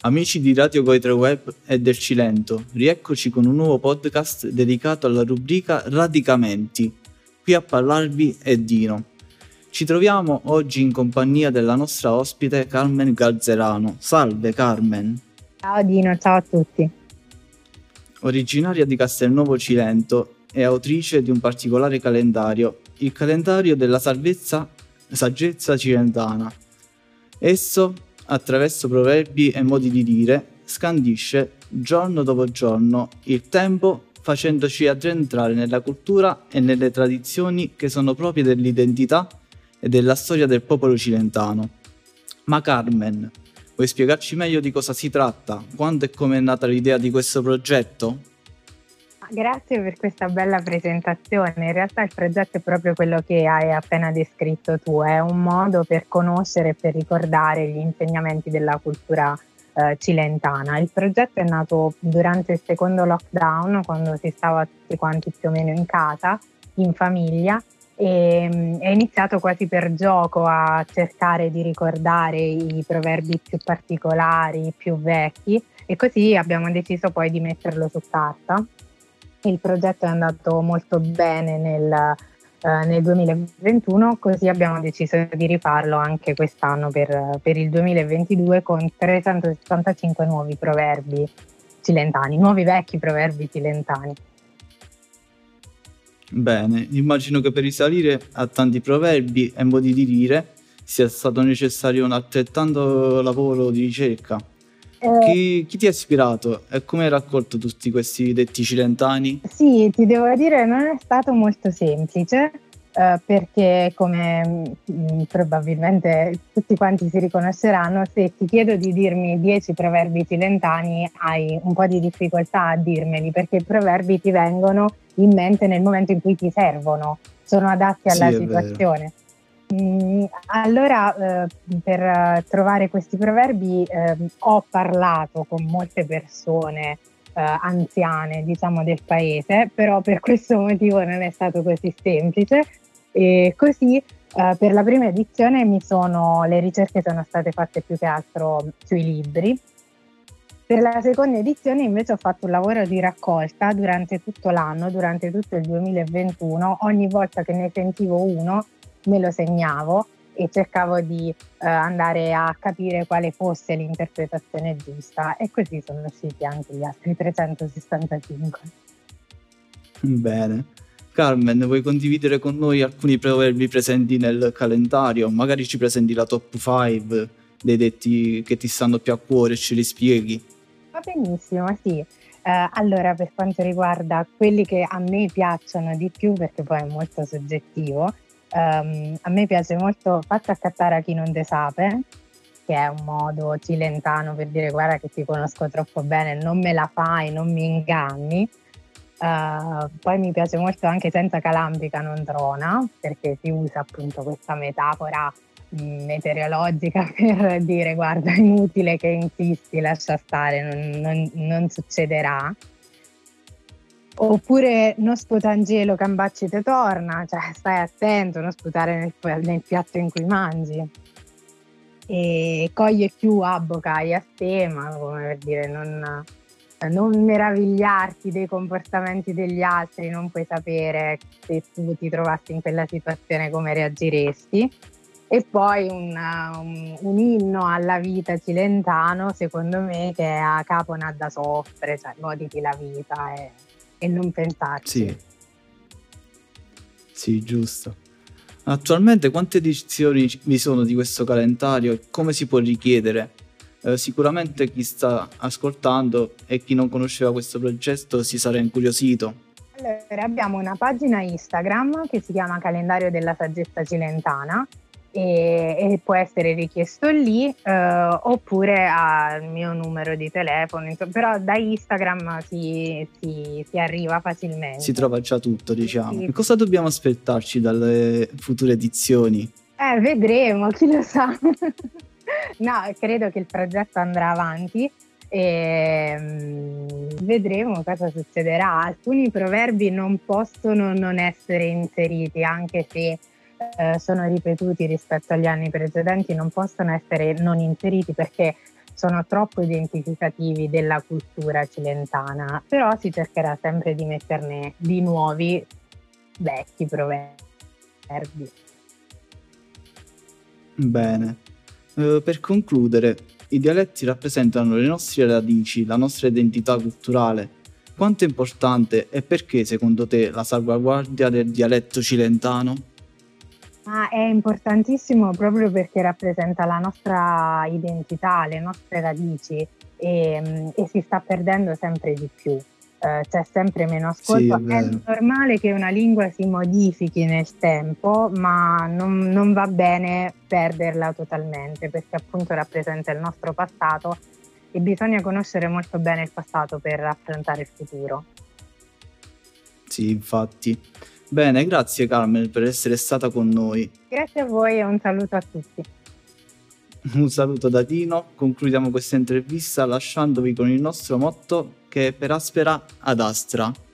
Amici di Radio Goitre Web e del Cilento, rieccoci con un nuovo podcast dedicato alla rubrica Radicamenti. Qui a parlarvi è Dino. Ci troviamo oggi in compagnia della nostra ospite Carmen Galzerano. Salve Carmen! Ciao Dino, ciao a tutti. Originaria di Castelnuovo Cilento e autrice di un particolare calendario, il calendario della saggezza cilentana. Esso, attraverso proverbi e modi di dire, scandisce giorno dopo giorno il tempo, facendoci addentrare nella cultura e nelle tradizioni che sono proprie dell'identità e della storia del popolo cilentano. Ma Carmen, vuoi spiegarci meglio di cosa si tratta? Quando e come è nata l'idea di questo progetto? Grazie per questa bella presentazione. In realtà il progetto è proprio quello che hai appena descritto tu, è un modo per conoscere e per ricordare gli insegnamenti della cultura cilentana. Il progetto è nato durante il secondo lockdown, quando si stava tutti quanti più o meno in casa, in famiglia, e è iniziato quasi per gioco a cercare di ricordare i proverbi più particolari, più vecchi, e così abbiamo deciso poi di metterlo su carta. Il progetto è andato molto bene nel 2021, così abbiamo deciso di rifarlo anche quest'anno per il 2022 con 365 nuovi proverbi cilentani, nuovi vecchi proverbi cilentani. Bene, immagino che per risalire a tanti proverbi e modi di dire sia stato necessario un altrettanto lavoro di ricerca. Chi ti ha ispirato e come hai raccolto tutti questi detti cilentani? Sì, ti devo dire, non è stato molto semplice, perché come probabilmente tutti quanti si riconosceranno, se ti chiedo di dirmi 10 proverbi cilentani hai un po' di difficoltà a dirmeli, perché i proverbi ti vengono in mente nel momento in cui ti servono, sono adatti alla situazione. Allora, per trovare questi proverbi ho parlato con molte persone anziane, diciamo, del paese, però per questo motivo non è stato così semplice, e così per la prima edizione le ricerche sono state fatte più che altro sui libri. Per la seconda edizione invece ho fatto un lavoro di raccolta durante tutto l'anno, durante tutto il 2021, ogni volta che ne sentivo uno me lo segnavo e cercavo di andare a capire quale fosse l'interpretazione giusta, e così sono usciti anche gli altri 365. Bene. Carmen, vuoi condividere con noi alcuni proverbi presenti nel calendario? Magari ci presenti la top 5 dei detti che ti stanno più a cuore e ce li spieghi? Va benissimo, sì. Allora, per quanto riguarda quelli che a me piacciono di più, perché poi è molto soggettivo, a me piace molto "Faccia accattare a chi non te sape", che è un modo cilentano per dire guarda che ti conosco troppo bene, non me la fai, non mi inganni. Poi mi piace molto anche "Senza calambica non trona", perché si usa appunto questa metafora meteorologica per dire guarda, è inutile che insisti, lascia stare, non succederà. Oppure "No sputangelo cambacci te torna", cioè stai attento, non sputare nel piatto in cui mangi. E "Coglie più abboca e a stema", come per dire non meravigliarti dei comportamenti degli altri, non puoi sapere se tu ti trovassi in quella situazione come reagiresti. E poi un inno alla vita cilentano, secondo me, che è "A capo n'ha da soffre", cioè goditi la vita e non pensarci. Sì, giusto. Attualmente quante edizioni vi sono di questo calendario e come si può richiedere? Sicuramente chi sta ascoltando e chi non conosceva questo progetto si sarà incuriosito. Allora, abbiamo una pagina Instagram che si chiama Calendario della Saggezza Cilentana e può essere richiesto lì, oppure al mio numero di telefono, però da Instagram si arriva facilmente. Si trova già tutto, diciamo. Sì. Cosa dobbiamo aspettarci dalle future edizioni? Vedremo, chi lo sa. No, credo che il progetto andrà avanti e vedremo cosa succederà. Alcuni proverbi non possono non essere inseriti, anche se sono ripetuti rispetto agli anni precedenti, non possono essere non inseriti, perché sono troppo identificativi della cultura cilentana, però si cercherà sempre di metterne di nuovi vecchi proverbi. Bene. Per concludere, i dialetti rappresentano le nostre radici, la nostra identità culturale. Quanto è importante e perché secondo te la salvaguardia del dialetto cilentano? È importantissimo proprio perché rappresenta la nostra identità, le nostre radici e si sta perdendo sempre di più. C'è sempre meno Sì, ascolto. è È vero. normale che una lingua si modifichi nel tempo, ma non va bene perderla totalmente perché appunto rappresenta il nostro passato e bisogna conoscere molto bene il passato per affrontare il futuro. Sì, infatti. Bene, grazie Carmen per essere stata con noi. Grazie a voi e un saluto a tutti. Un saluto da Tino, concludiamo questa intervista lasciandovi con il nostro motto che è per aspera ad astra.